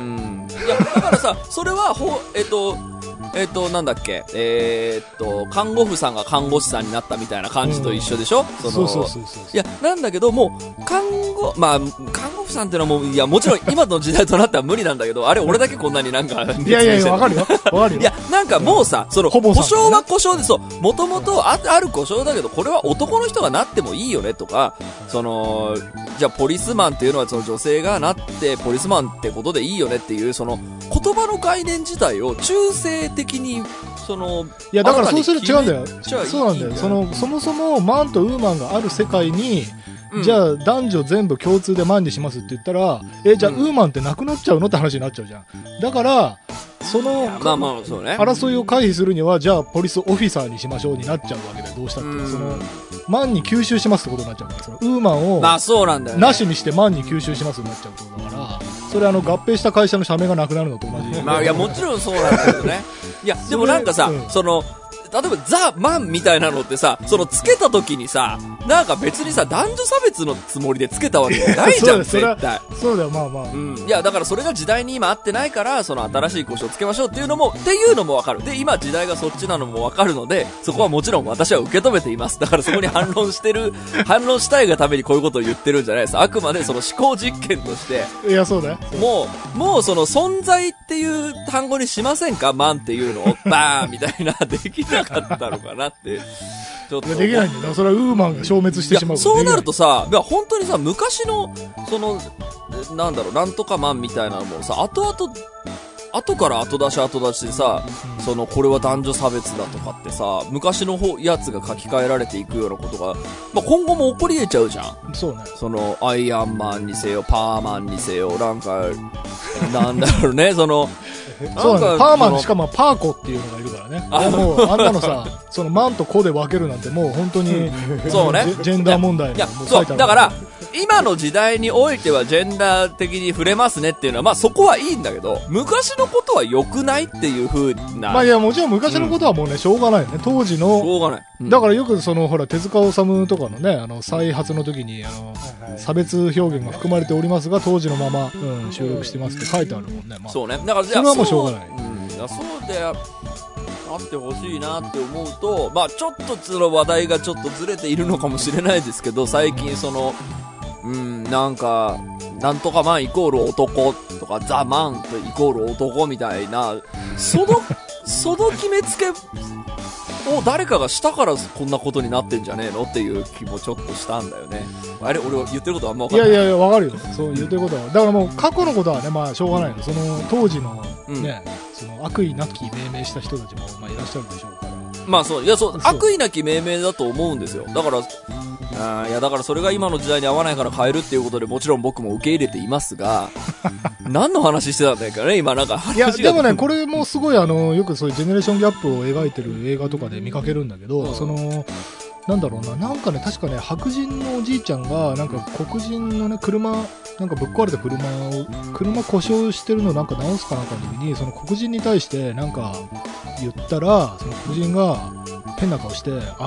いやだからさそれはほえっとえっとなんだっけえー、っと看護婦さんが看護師さんになったみたいな感じと一緒でしょ、うん、そのそうそうそうそういやなんだけどもう看護まあ看護婦さんってのはもういやもちろん今の時代となっては無理なんだけどあれ俺だけこんなになんかいやいやいやわかるよわかるよいやなんかもうさその故障は故障でそうもともとある故障だけどこれは男の人がなってもいいよねとかそのじゃあポリスマンっていうのはその女性がなってポリスマンってことでいいよねっていうその言葉の概念自体を中性的にそのいやだからそうすると違うんだよそうなんだよそのそもそもマンとウーマンがある世界に、うん、じゃあ男女全部共通でマンにしますって言ったらえじゃあウーマンってなくなっちゃうのって話になっちゃうじゃんだからそのまあまあそうね、 争いを回避するにはじゃあポリスオフィサーにしましょうになっちゃうわけでどうしたってそのマンに吸収しますってことになっちゃうからそのウーマンをまあそうなんだよ、ね、 なしにしてマンに吸収しますになっちゃうってことだからそれあの合併した会社の社名がなくなるのと同じまあいやもちろんそうなんだけどねいやでもなんかさそ,、うん、その例えばザ・マンみたいなのってさそのつけた時にさなんか別にさ男女差別のつもりでつけたわけじゃないじゃん絶対そうだよまあまあ、 うん、いやだからそれが時代に今合ってないからその新しい故障をつけましょうっていうのもっていうのも分かるで今時代がそっちなのも分かるのでそこはもちろん私は受け止めていますだからそこに反論してる反論したいがためにこういうことを言ってるんじゃないですあくまでその思考実験としていやそうだよもうもうその存在っていう単語にしませんかマンっていうのをバーンみたいなできなかったのかなってちょっとできないんだよそれはウーマンが消滅してしまうそうなるとさいや本当にさ昔のそのなんだろうなんとかマンみたいなのもさ後々後から後出し後出しでさ、うん、そのこれは男女差別だとかってさ昔の方やつが書き換えられていくようなことが、まあ、今後も起こり得ちゃうじゃんそうねそのアイアンマンにせよパーマンにせよなんかなんだろうねそのそうなんだパーマンしかもパーコっていうのがいるからねあもうあんなのさそのマンとコで分けるなんてもう本当にそうねジェンダー問題いやそうだから今の時代においてはジェンダー的に触れますねっていうのはまあそこはいいんだけど昔のことは良くないっていう風なまあいやもちろん昔のことはもうね、うん、しょうがないよね当時のしょうがない、 うん、だからよくそのほら手塚治虫とかのねあの再発の時にあの、はいはい、差別表現が含まれておりますが当時のまま、うん、収録してますって書いてあるもんね、まあ、 そうねだからそれはもうしょうがない、 うん、いやそうであってほしいなって思うとまあちょっとその話題がちょっとずれているのかもしれないですけど最近そのうんなんかなんとかマンイコール男とかザマンとイコール男みたいなそのその決めつけを誰かがしたからこんなことになってんじゃねえのっていう気もちょっとしたんだよねあれ俺は言ってることはあんま分かんないいやいやいや分かるよそう言ってることはだからもう過去のことはねまあしょうがないのその当時のね、うん、その悪意なき命名した人たちもまあいらっしゃるでしょうからまあそういやそう悪意なき命名だと思うんですよだからあいやだからそれが今の時代に合わないから変えるっていうことでもちろん僕も受け入れていますが何の話してたんだかね今なんか話がいやでもねこれもすごいあのよくそういうジェネレーションギャップを描いてる映画とかで見かけるんだけど、うん、そのなんだろうななんかね確かね白人のおじいちゃんがなんか黒人のね車なんかぶっ壊れた車を車故障してるのをなんか直すかなんかの時にその黒人に対してなんか言ったらその黒人が変な顔してあ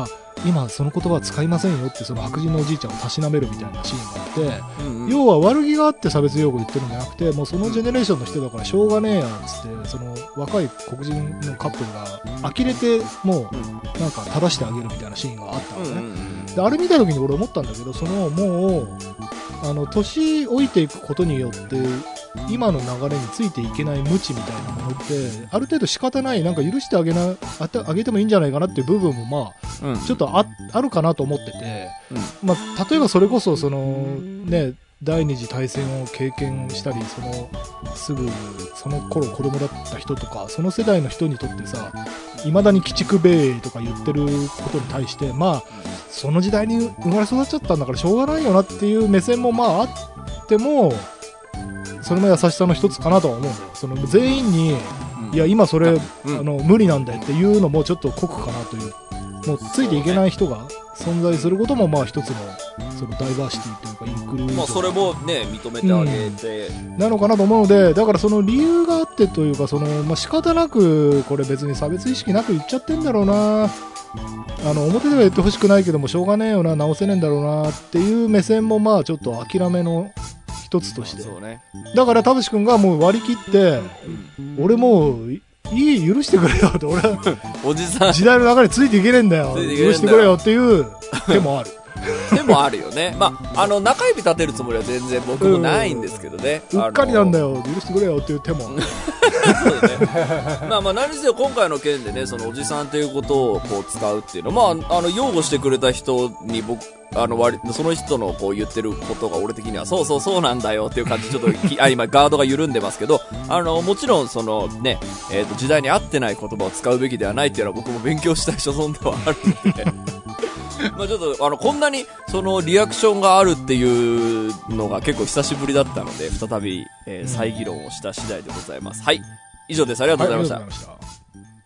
今その言葉は使いませんよってその白人のおじいちゃんをたしなめるみたいなシーンがあって、うんうん、要は悪気があって差別用語言ってるんじゃなくて、もうそのジェネレーションの人だからしょうがねえやっつって、その若い黒人のカップルが呆れてもうなんか正してあげるみたいなシーンがあったのね、うんうん、であれ見た時に俺思ったんだけど、そのもうあの年老いていくことによって今の流れについていけない無知みたいなものってある程度仕方ない、なんか許してあげなあてあげてもいいんじゃないかなっていう部分もまあ、うん、ちょっと あ, あるかなと思ってて、うん、まあ、例えばそれこそそのね第二次大戦を経験したり、そのすぐその頃子供だった人とかその世代の人にとってさ、未だに鬼畜米とか言ってることに対して、まあその時代に生まれ育っちゃったんだからしょうがないよなっていう目線もまああっても、それも優しさの一つかなとは思うんだよ。その全員に、うん、いや今それ、うん、あの無理なんだよっていうのもちょっと酷かなという、もうついていけない人が存在することもまあ一つのそのダイバーシティというかインクルージョン、 まあ、それもね認めてあげて、 うん、なのかなと思うので、だからその理由があってというか、その、まあ、仕方なくこれ別に差別意識なく言っちゃってんだろうな、あの表では言ってほしくないけどもしょうがねえよな、直せねえんだろうなっていう目線もまあちょっと諦めの一つとして、そうね、だから田淵君がもう割り切って、うん、俺もういい許してくれよって、俺はおじさん時代の流れついていけねえんだよ、許してくれよっていう手もあるでもあるよね。まあ、あの中指立てるつもりは全然僕もないんですけどね、 うっかりなんだよ、許してくれよっていう手もあるそうだね。まあまあ何せよ今回の件でね、そのおじさんということをこう使うっていうのは、まああの擁護してくれた人に僕あの割その人のこう言ってることが俺的にはそうそうそうなんだよっていう感じでちょっとあ今ガードが緩んでますけど、あのもちろんそのね、えーと時代に合ってない言葉を使うべきではないっていうのは僕も勉強したい所存ではあるのでまあちょっとあのこんなにそのリアクションがあるっていうのが結構久しぶりだったので、再び、えー、再議論をした次第でございます。はい、以上です。ありがとうございました。はい、ありがとうございました。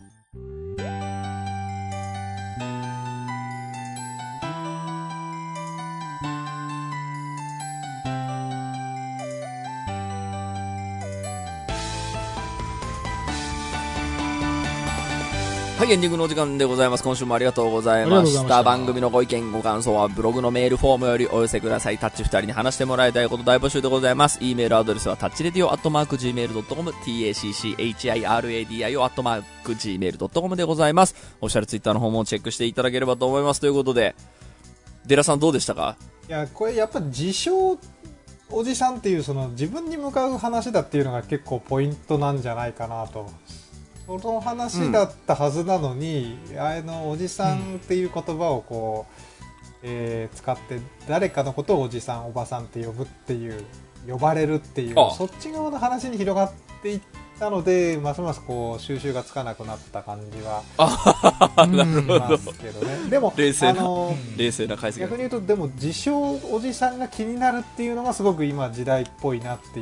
はい、エンディングのお時間でございます。今週もありがとうございました。番組のご意見ご感想はブログのメールフォームよりお寄せください。タッチふたりに話してもらいたいこと大募集でございます。 E メールアドレスはタッチレディオアットマーク ジーメールドットコム タッチレディオアットマーク ジーメールドットコム でございます。オフィシャルツイッターの方もチェックしていただければと思います。ということでデラさんどうでしたか？ いやこれやっぱ自称おじさんっていうその自分に向かう話だっていうのが結構ポイントなんじゃないかなと。その話だったはずなのに、うん、あのおじさんっていう言葉をこう、えー、使って誰かのことをおじさんおばさんって呼ぶっていう呼ばれるっていうそっち側の話に広がっていったので、ますますこう収集がつかなくなった感じはありますけどね。でも冷静な、 あの冷静な解析。 逆に言うとでも自称おじさんが気になるっていうのがすごく今時代っぽいなっていう。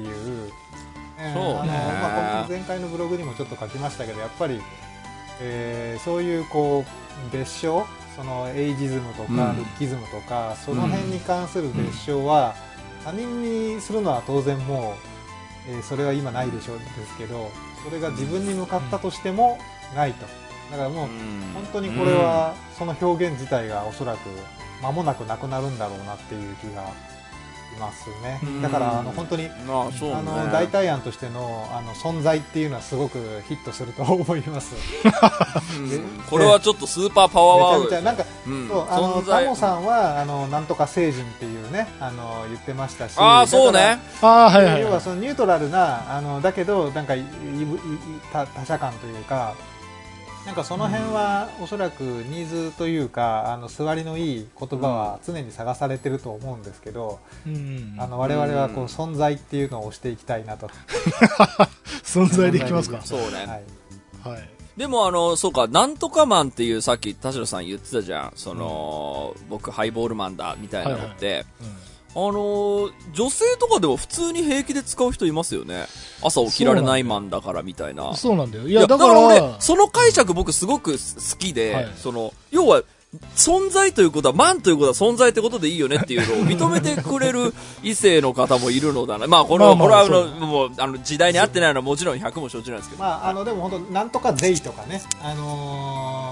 えー、そうね、あのまあ、前回のブログにもちょっと書きましたけど、やっぱり、えー、そういうこう別称、そのエイジズムとか、うん、ルッキズムとかその辺に関する別称は、うん、他人にするのは当然もう、えー、それは今ないでしょうですけど、それが自分に向かったとしてもないと。だからもう、うん、本当にこれはその表現自体がおそらく間もなくなくなるんだろうなっていう気がますね。だからあの本当に、まあそうね、あの代替案としてのあの存在っていうのはすごくヒットすると思います。 これはちょっとスーパーパワーワードです。 なんか、うん、そうあのタモさんはあのなんとか聖人っていうねあの言ってましたし、 ああそうね。 ああはいはい。 要はそのニュートラルなあのだけどなんかいいい他者感というか。なんかその辺はおそらくニーズというかあの座りのいい言葉は常に探されてると思うんですけど、うん、あの我々はこう存在っていうのを推していきたいなと。 存在でいきますか。 そうね、 はいはい、でもあのそうかなんとかマンっていうさっき田代さん言ってたじゃん、その、うん、僕ハイボールマンだみたいなのって、はいはい、うんあのー、女性とかでも普通に平気で使う人いますよね。朝起きられないマンだからみたいな。 そうなんだよ。 いや、だから俺、その解釈僕すごく好きで、はい、その、要は、存在ということは、マンということは存在ってことでいいよねっていうのを認めてくれる異性の方もいるのだな。まあ、これは、これはあの、もう、あの、時代に合ってないのはもちろんひゃくも承知なんですけど。 まあ、あの、でも本当なんとかゼイとかね、あのー、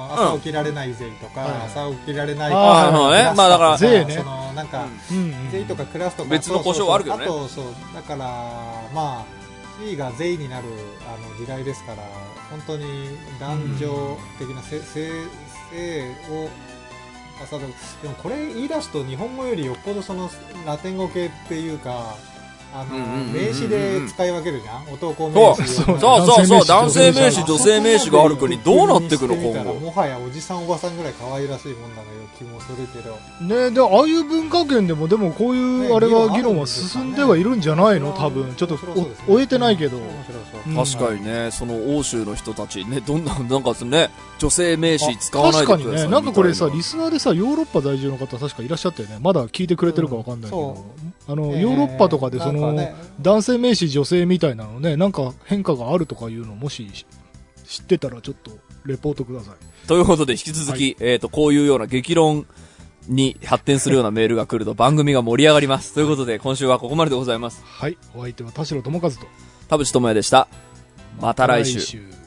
の朝起きられないゼイとか、うん、朝起きられないああ、そうね。まあだから、 ゼイね。 その、なんか、うん、ゼイとかクラスとか。 別の故障はあるけどね。 あと、そう、だから、まあ、C がゼイになるあの時代ですから、本当に男女的な性、性、性を、でもこれ言い出すと日本語よりよっぽどそのラテン語系っていうか、あの、名詞で使い分けるじゃん、男名詞。 そうそうそう、男性名詞、女性名詞がある国どうなってくるの今後。 もはやおじさんおばさんぐらい可愛らしいもんだなよ気もするけど。 ねで、ああいう文化圏でもでもこういうあれは議論は進んではいるんじゃないの多分。ちょっと終えてないけど。 確かにね、その欧州の人たちね、どんな、なんかね、女性名詞使わないでください。 確かにね、なんかこれさ、リスナーでさ、ヨーロッパ在住の方確かいらっしゃったよね。まだ聞いてくれてるかわかんないけど。あの、ヨーロッパとかでその、男性名詞女性みたいなのね、なんか変化があるとかいうのもし知ってたらちょっとレポートください。 ということで引き続き、はい、えっと、こういうような激論に発展するようなメールが来ると番組が盛り上がります。ということで今週はここまででございます。 はい、お相手は田代智和と田淵智也でした。また来週。 また来週。